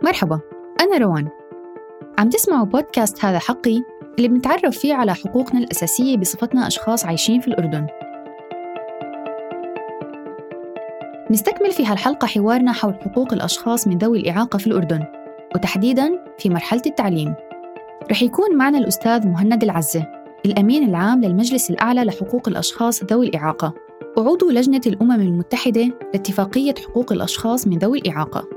مرحبا، أنا روان. عم تسمعوا بودكاست هذا حقي اللي بنتعرف فيه على حقوقنا الأساسية بصفتنا أشخاص عايشين في الأردن. نستكمل في هالحلقة حوارنا حول حقوق الأشخاص من ذوي الإعاقة في الأردن، وتحديداً في مرحلة التعليم. رح يكون معنا الأستاذ مهند العزة، الأمين العام للمجلس الأعلى لحقوق الأشخاص ذوي الإعاقة، وعضو لجنة الأمم المتحدة لاتفاقية حقوق الأشخاص من ذوي الإعاقة.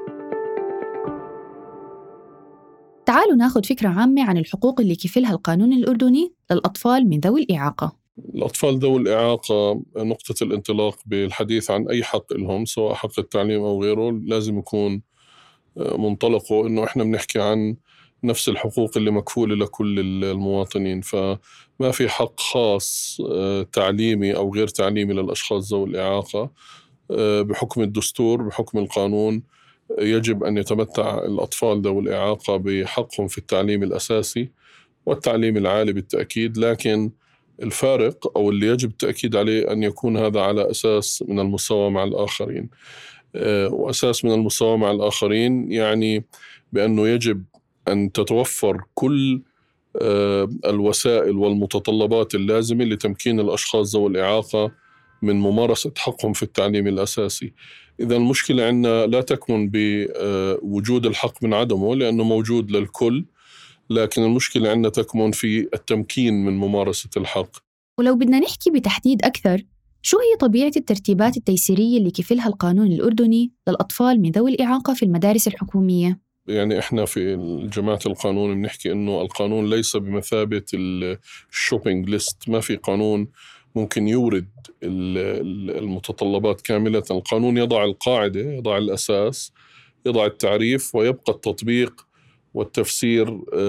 تعالوا ناخذ فكرة عامة عن الحقوق اللي كفلها القانون الأردني للأطفال من ذوي الإعاقة. الأطفال ذوي الإعاقة نقطة الانطلاق بالحديث عن أي حق لهم، سواء حق التعليم أو غيره، لازم يكون منطلقه إنه إحنا بنحكي عن نفس الحقوق اللي مكفولة لكل المواطنين. فما في حق خاص تعليمي أو غير تعليمي للأشخاص ذوي الإعاقة. بحكم الدستور، بحكم القانون، يجب أن يتمتع الأطفال ذوي الإعاقة بحقهم في التعليم الأساسي والتعليم العالي بالتأكيد، لكن الفارق أو اللي يجب التأكيد عليه أن يكون هذا على أساس من المساواة مع الآخرين. وأساس من المساواة مع الآخرين يعني بأنه يجب أن تتوفر كل الوسائل والمتطلبات اللازمة لتمكين الأشخاص ذوي الإعاقة من ممارسة حقهم في التعليم الأساسي. إذا المشكلة عندنا لا تكمن بوجود الحق من عدمه، لأنه موجود للكل، لكن المشكلة عندنا تكمن في التمكين من ممارسة الحق. ولو بدنا نحكي بتحديد أكثر، شو هي طبيعة الترتيبات التيسيرية اللي كفلها القانون الأردني للأطفال من ذوي الإعاقة في المدارس الحكومية؟ يعني إحنا في جماعة القانون بنحكي إنه القانون ليس بمثابة الشوبينج ليست. ما في قانون ممكن يورد المتطلبات كاملة. القانون يضع القاعدة، يضع الأساس، يضع التعريف، ويبقى التطبيق والتفسير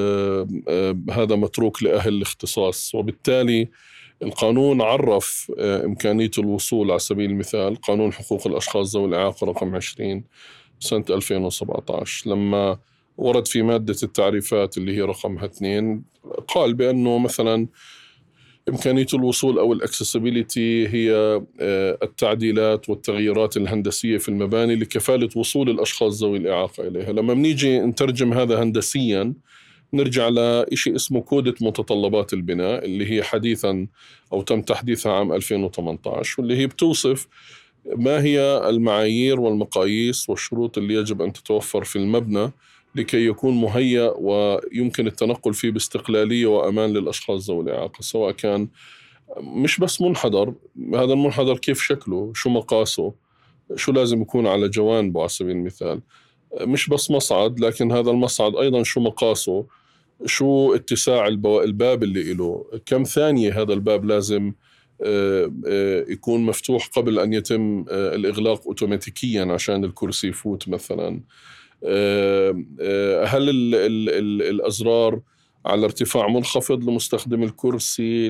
هذا متروك لأهل الاختصاص. وبالتالي القانون عرف إمكانية الوصول، على سبيل المثال قانون حقوق الأشخاص ذوي الإعاقة رقم 20 سنة 2017، لما ورد في مادة التعريفات اللي هي رقمها 2، قال بأنه مثلا إمكانية الوصول أو الأكسسبيليتي هي التعديلات والتغييرات الهندسية في المباني لكفالة وصول الأشخاص ذوي الإعاقة إليها. لما بنيجي نترجم هذا هندسياً نرجع لإشي اسمه كودة متطلبات البناء، اللي هي حديثاً أو تم تحديثها عام 2018، واللي هي بتوصف ما هي المعايير والمقاييس والشروط اللي يجب أن تتوفر في المبنى لكي يكون مهيأ ويمكن التنقل فيه باستقلالية وأمان للأشخاص ذوي الإعاقة. سواء كان مش بس منحدر، هذا المنحدر كيف شكله، شو مقاسه، شو لازم يكون على جوانبه على سبيل المثال، مش بس مصعد، لكن هذا المصعد أيضا شو مقاسه، شو اتساع الباب اللي إله، كم ثانية هذا الباب لازم يكون مفتوح قبل أن يتم الإغلاق أوتوماتيكيا عشان الكرسي يفوت مثلا. هل الأزرار على ارتفاع منخفض لمستخدم الكرسي،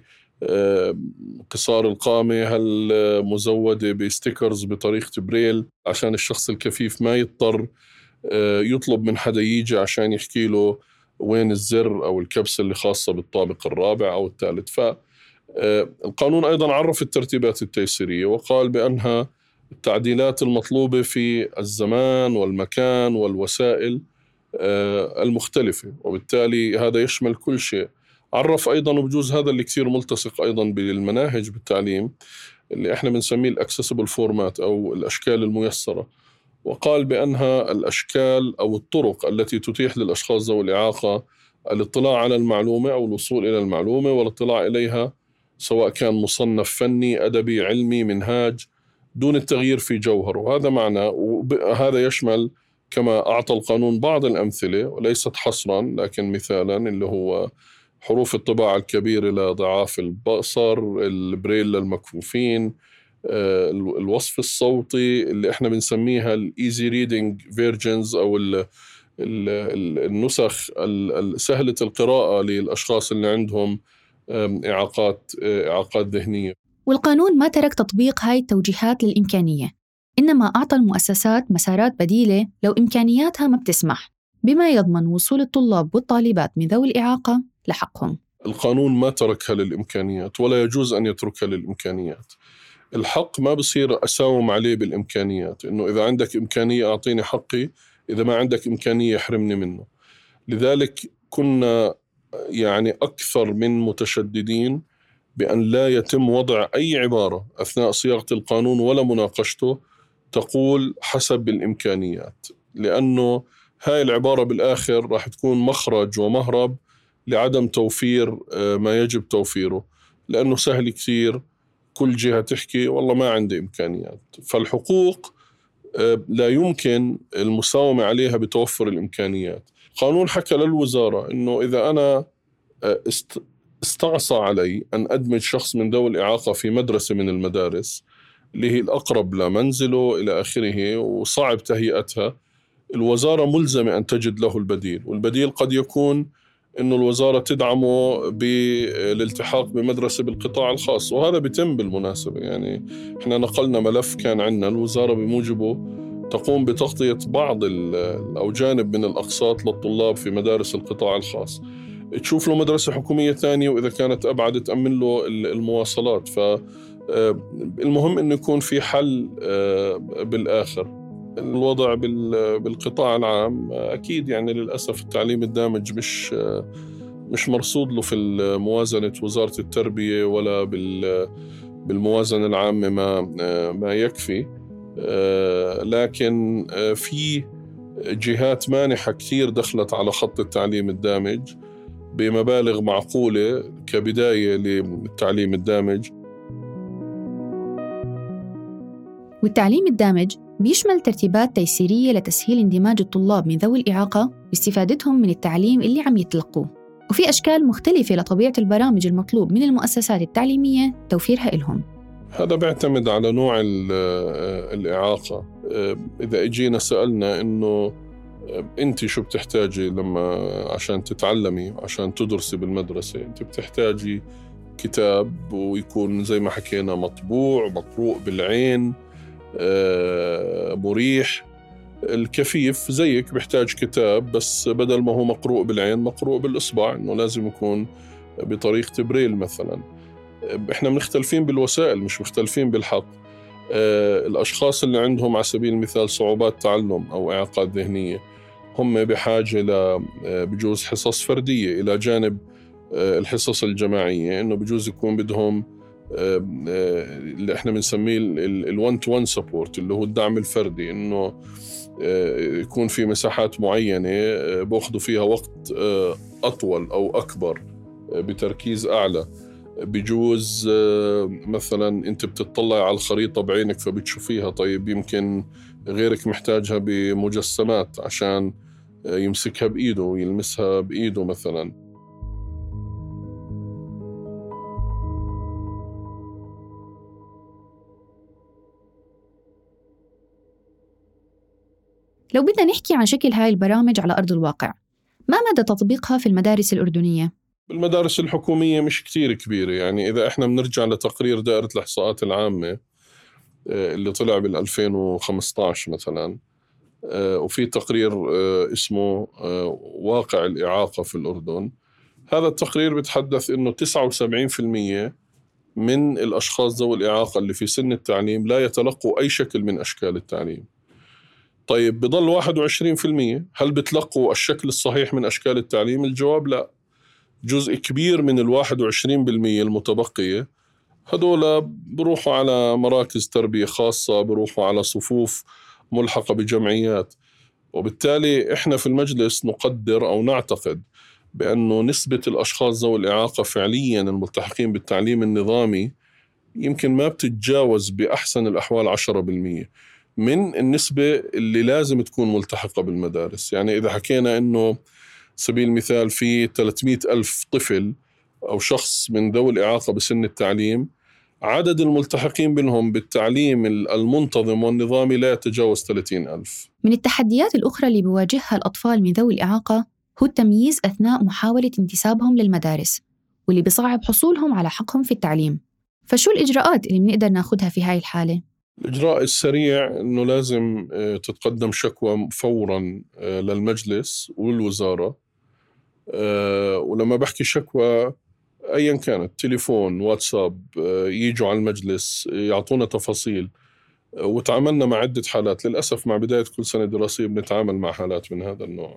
لقصار القامة هل مزودة بستيكرز بطريقة بريل عشان الشخص الكفيف ما يضطر يطلب من حدا يجي عشان يحكي له وين الزر أو الكبسة اللي خاصة بالطابق الرابع أو الثالث. فالقانون أيضا عرف الترتيبات التيسيرية وقال بأنها التعديلات المطلوبة في الزمان والمكان والوسائل المختلفة، وبالتالي هذا يشمل كل شيء. عرف أيضا، وبجوز هذا اللي كثير ملتصق أيضا بالمناهج بالتعليم، اللي احنا بنسميه الأكسسبل فورمات أو الأشكال الميسرة، وقال بأنها الأشكال أو الطرق التي تتيح للأشخاص ذوي الإعاقة الاطلاع على المعلومة أو الوصول إلى المعلومة والاطلاع إليها، سواء كان مصنف فني أدبي علمي منهاج، دون التغيير في جوهره. وهذا معنى، وهذا يشمل كما أعطى القانون بعض الأمثلة وليست حصرا لكن مثالا، اللي هو حروف الطباعة الكبيرة لضعاف البصر، البريل للمكفوفين، الوصف الصوتي اللي احنا بنسميها الايزي ريدنج فيرجنز او النسخ سهلة القراءة للأشخاص اللي عندهم إعاقات ذهنية. والقانون ما ترك تطبيق هاي التوجيهات للإمكانية، إنما أعطى المؤسسات مسارات بديلة لو إمكانياتها ما بتسمح، بما يضمن وصول الطلاب والطالبات من ذوي الإعاقة لحقهم. القانون ما تركها للإمكانيات ولا يجوز أن يتركها للإمكانيات. الحق ما بصير أساوم عليه بالإمكانيات، إنه إذا عندك إمكانية أعطيني حقي، إذا ما عندك إمكانية احرمني منه. لذلك كنا يعني أكثر من متشددين بأن لا يتم وضع أي عبارة أثناء صياغة القانون ولا مناقشته تقول حسب الإمكانيات، لأنه هاي العبارة بالآخر راح تكون مخرج ومهرب لعدم توفير ما يجب توفيره، لأنه سهل كثير كل جهة تحكي والله ما عندي إمكانيات. فالحقوق لا يمكن المساومة عليها بتوفر الإمكانيات. قانون حكى للوزارة إنه إذا أنا استعصى علي أن أدمج شخص من ذوي الإعاقة في مدرسة من المدارس اللي هي الأقرب لمنزله إلى آخره وصعب تهيئتها، الوزارة ملزمة أن تجد له البديل، والبديل قد يكون إنه الوزارة تدعمه بالالتحاق بمدرسة بالقطاع الخاص، وهذا بيتم بالمناسبة. يعني إحنا نقلنا ملف كان عندنا الوزارة بموجبه تقوم بتغطية بعض أو جانب من الأقساط للطلاب في مدارس القطاع الخاص، تشوف له مدرسة حكومية ثانية، وإذا كانت أبعد تأمن له المواصلات. فالمهم إنه يكون في حل بالآخر. الوضع بالقطاع العام أكيد يعني للأسف التعليم الدامج مش مرصود له في موازنة وزارة التربية ولا بالموازنة العامة ما يكفي، لكن في جهات مانحة كثير دخلت على خط التعليم الدامج بمبالغ معقولة كبداية للتعليم الدامج. والتعليم الدامج بيشمل ترتيبات تيسيرية لتسهيل اندماج الطلاب من ذوي الإعاقة باستفادتهم من التعليم اللي عم يتلقوه، وفي أشكال مختلفة لطبيعة البرامج المطلوب من المؤسسات التعليمية توفيرها إلهم. هذا بيعتمد على نوع الإعاقة. إذا إجينا سألنا إنه أنت شو بتحتاجي عشان تتعلمي عشان تدرسي بالمدرسة، أنت بتحتاجي كتاب ويكون زي ما حكينا مطبوع مقروء بالعين، مريح. الكفيف زيك بيحتاج كتاب بس بدل ما هو مقروء بالعين مقروء بالإصبع، إنه لازم يكون بطريقة بريل مثلا. إحنا مختلفين بالوسائل مش مختلفين بالحق. الأشخاص اللي عندهم على سبيل المثال صعوبات تعلم أو إعاقات ذهنية هم بحاجة بجوز حصص فردية إلى جانب الحصص الجماعية، إنه بجوز يكون بدهم اللي إحنا بنسميه الون تو ون سبورت اللي هو الدعم الفردي، إنه يكون في مساحات معينة بأخذوا فيها وقت أطول أو أكبر بتركيز أعلى. بجوز مثلا أنت بتطلع على الخريطة بعينك فبتشوفيها، طيب يمكن غيرك محتاجها بمجسمات عشان يمسكها بإيده ويلمسها بإيده مثلا. لو بدنا نحكي عن شكل هاي البرامج على أرض الواقع، ما مدى تطبيقها في المدارس الأردنية؟ بالمدارس الحكومية مش كتير كبيرة. يعني إذا إحنا بنرجع لتقرير دائرة الإحصاءات العامة اللي طلع بال2015 مثلا، وفي تقرير اسمه واقع الإعاقة في الأردن، هذا التقرير بتحدث إنه 79% من الأشخاص ذوي الإعاقة اللي في سن التعليم لا يتلقوا أي شكل من أشكال التعليم. طيب بضل 21%، هل بتلقوا الشكل الصحيح من أشكال التعليم؟ الجواب لا. جزء كبير من 21% المتبقية هدول بروحوا على مراكز تربية خاصة، بروحوا على صفوف ملحقة بجمعيات. وبالتالي إحنا في المجلس نقدر أو نعتقد بأنه نسبة الأشخاص ذوي الإعاقة فعلياً الملتحقين بالتعليم النظامي يمكن ما بتتجاوز بأحسن الأحوال 10% من النسبة اللي لازم تكون ملتحقة بالمدارس. يعني إذا حكينا إنه سبيل المثال في 300 ألف طفل أو شخص من ذوي الإعاقة بسن التعليم، عدد الملتحقين بينهم بالتعليم المنتظم والنظامي لا يتجاوز 30 ألف. من التحديات الأخرى اللي بيواجهها الأطفال من ذوي الإعاقة هو التمييز أثناء محاولة انتسابهم للمدارس، واللي بيصعب حصولهم على حقهم في التعليم. فشو الإجراءات اللي بنقدر ناخدها في هاي الحالة؟ الإجراء السريع إنه لازم تتقدم شكوى فوراً للمجلس والوزارة. ولما بحكي شكوى أياً كانت، تليفون، واتساب، يجوا على المجلس يعطونا تفاصيل وتعاملنا مع عدة حالات. للأسف مع بداية كل سنة دراسية بنتعامل مع حالات من هذا النوع.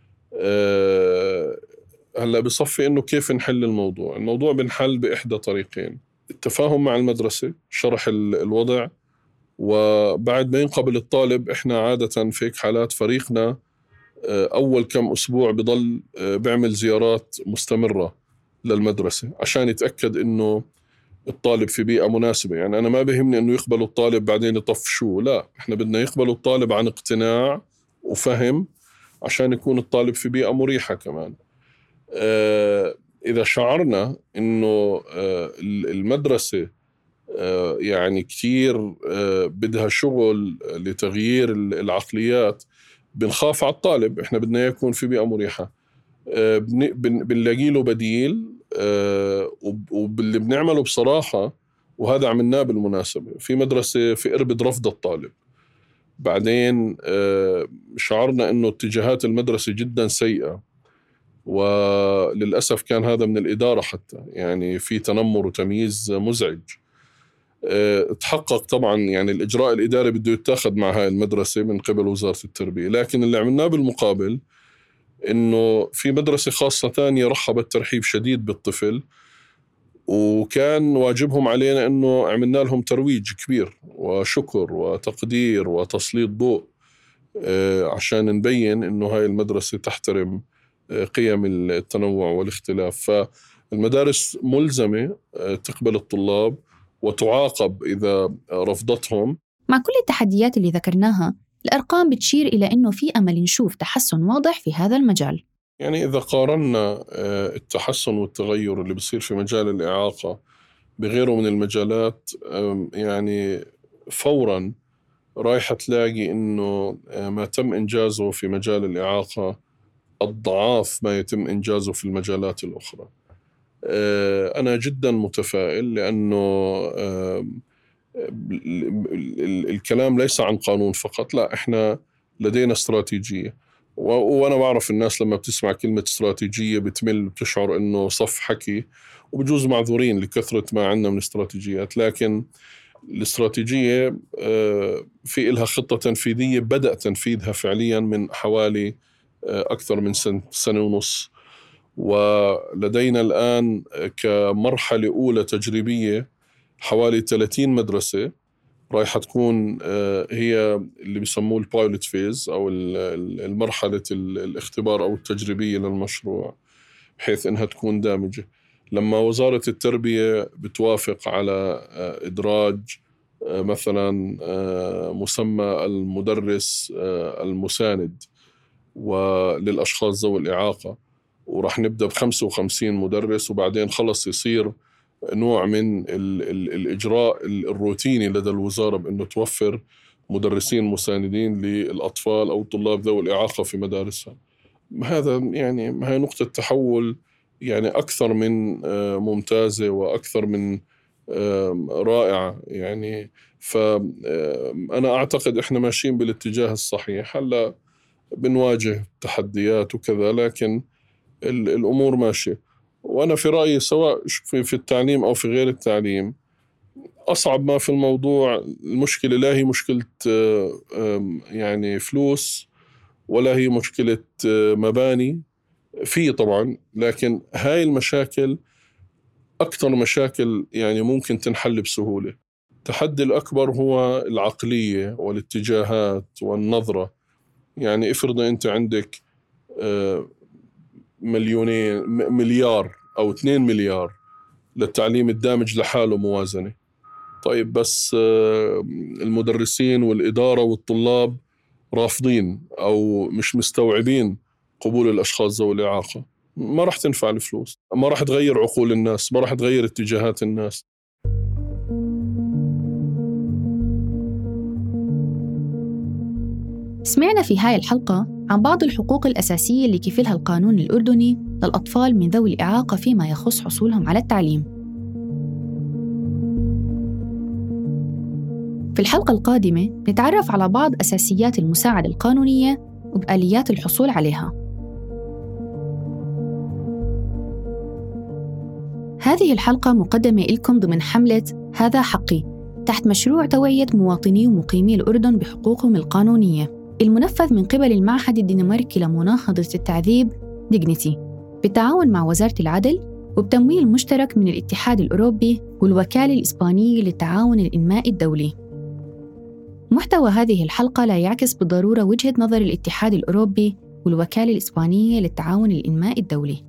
هلأ بصفي إنه كيف نحل الموضوع بنحل بإحدى طريقين: التفاهم مع المدرسة، شرح الوضع، وبعد ما ينقبل الطالب إحنا عادة في هيك حالات فريقنا أول كم أسبوع بضل بيعمل زيارات مستمرة للمدرسة عشان يتأكد إنه الطالب في بيئة مناسبة. يعني أنا ما بهمني إنه يقبلوا الطالب بعدين يطفشوه، لا، إحنا بدنا يقبلوا الطالب عن اقتناع وفهم عشان يكون الطالب في بيئة مريحة كمان. إذا شعرنا إنه المدرسة يعني كتير بدها شغل لتغيير العقليات، بنخاف على الطالب، إحنا بدنا يكون في بيئة مريحة، بنلاقي له بديل. وباللي بنعمله بصراحة، وهذا عملناه بالمناسبة في مدرسة في إربد، رفض الطالب. بعدين شعرنا إنه اتجاهات المدرسة جدا سيئة، وللأسف كان هذا من الإدارة حتى، يعني في تنمر وتمييز مزعج. تحقق طبعا، يعني الإجراء الإداري بده يتاخذ مع هاي المدرسة من قبل وزارة التربية، لكن اللي عملناه بالمقابل إنه في مدرسة خاصة ثانية رحبت ترحيب شديد بالطفل، وكان واجبهم علينا إنه عملنا لهم ترويج كبير وشكر وتقدير وتسليط ضوء عشان نبين إنه هاي المدرسة تحترم قيم التنوع والاختلاف. فالمدارس ملزمة تقبل الطلاب وتعاقب إذا رفضتهم. مع كل التحديات اللي ذكرناها، الأرقام بتشير إلى أنه في أمل نشوف تحسن واضح في هذا المجال. يعني إذا قارنا التحسن والتغير اللي بصير في مجال الإعاقة بغيره من المجالات، يعني فوراً رايح تلاقي إنه ما تم إنجازه في مجال الإعاقة أضعاف ما يتم إنجازه في المجالات الأخرى. أنا جداً متفائل، لأنه الكلام ليس عن قانون فقط، لا، إحنا لدينا استراتيجية. وأنا بعرف الناس لما بتسمع كلمة استراتيجية بتمل، بتشعر إنه صف حكي، وبجوز معذورين لكثرة ما عندنا من استراتيجيات. لكن الاستراتيجية في إلها خطة تنفيذية بدأ تنفيذها فعليا من حوالي أكثر من سنة ونص، ولدينا الآن كمرحلة أولى تجريبية حوالي 30 مدرسة رايحة تكون هي اللي بيسموه البايلوت فيز، أو المرحلة الاختبار أو التجريبية للمشروع، بحيث إنها تكون دامجة. لما وزارة التربية بتوافق على إدراج مثلا مسمى المدرس المساند وللأشخاص ذوي الإعاقة، وراح نبدأ ب55 مدرس، وبعدين خلص يصير نوع من الإجراء الروتيني لدى الوزارة بأنه توفر مدرسين مساندين للأطفال أو طلاب ذوي الإعاقة في مدارسها. هذا يعني هي نقطة تحول يعني أكثر من ممتازة وأكثر من رائعة. يعني فأنا أعتقد إحنا ماشيين بالاتجاه الصحيح. هلا بنواجه تحديات وكذا، لكن الأمور ماشية. وأنا في رأيي سواء في التعليم أو في غير التعليم، أصعب ما في الموضوع المشكلة لا هي مشكلة يعني فلوس، ولا هي مشكلة مباني، فيه طبعا، لكن هاي المشاكل أكثر مشاكل يعني ممكن تنحل بسهولة. التحدي الأكبر هو العقلية والاتجاهات والنظرة. يعني افرض أنت عندك مليار أو 2 مليار للتعليم الدامج لحاله موازنة، طيب بس المدرسين والإدارة والطلاب رافضين أو مش مستوعبين قبول الأشخاص ذوي الإعاقة، ما راح تنفع الفلوس، ما راح تغير عقول الناس، ما راح تغير اتجاهات الناس. سمعنا في هاي الحلقة عن بعض الحقوق الأساسية اللي كفلها القانون الأردني للأطفال من ذوي الإعاقة فيما يخص حصولهم على التعليم. في الحلقة القادمة نتعرف على بعض أساسيات المساعدة القانونية وبآليات الحصول عليها. هذه الحلقة مقدمة لكم ضمن حملة هذا حقي، تحت مشروع توعية مواطني ومقيمي الأردن بحقوقهم القانونية المنفذ من قبل المعهد الدنماركي لمناهضة التعذيب Dignity بالتعاون مع وزارة العدل وبتمويل مشترك من الاتحاد الأوروبي والوكالة الإسبانية للتعاون الإنمائي الدولي. محتوى هذه الحلقة لا يعكس بالضرورة وجهة نظر الاتحاد الأوروبي والوكالة الإسبانية للتعاون الإنمائي الدولي.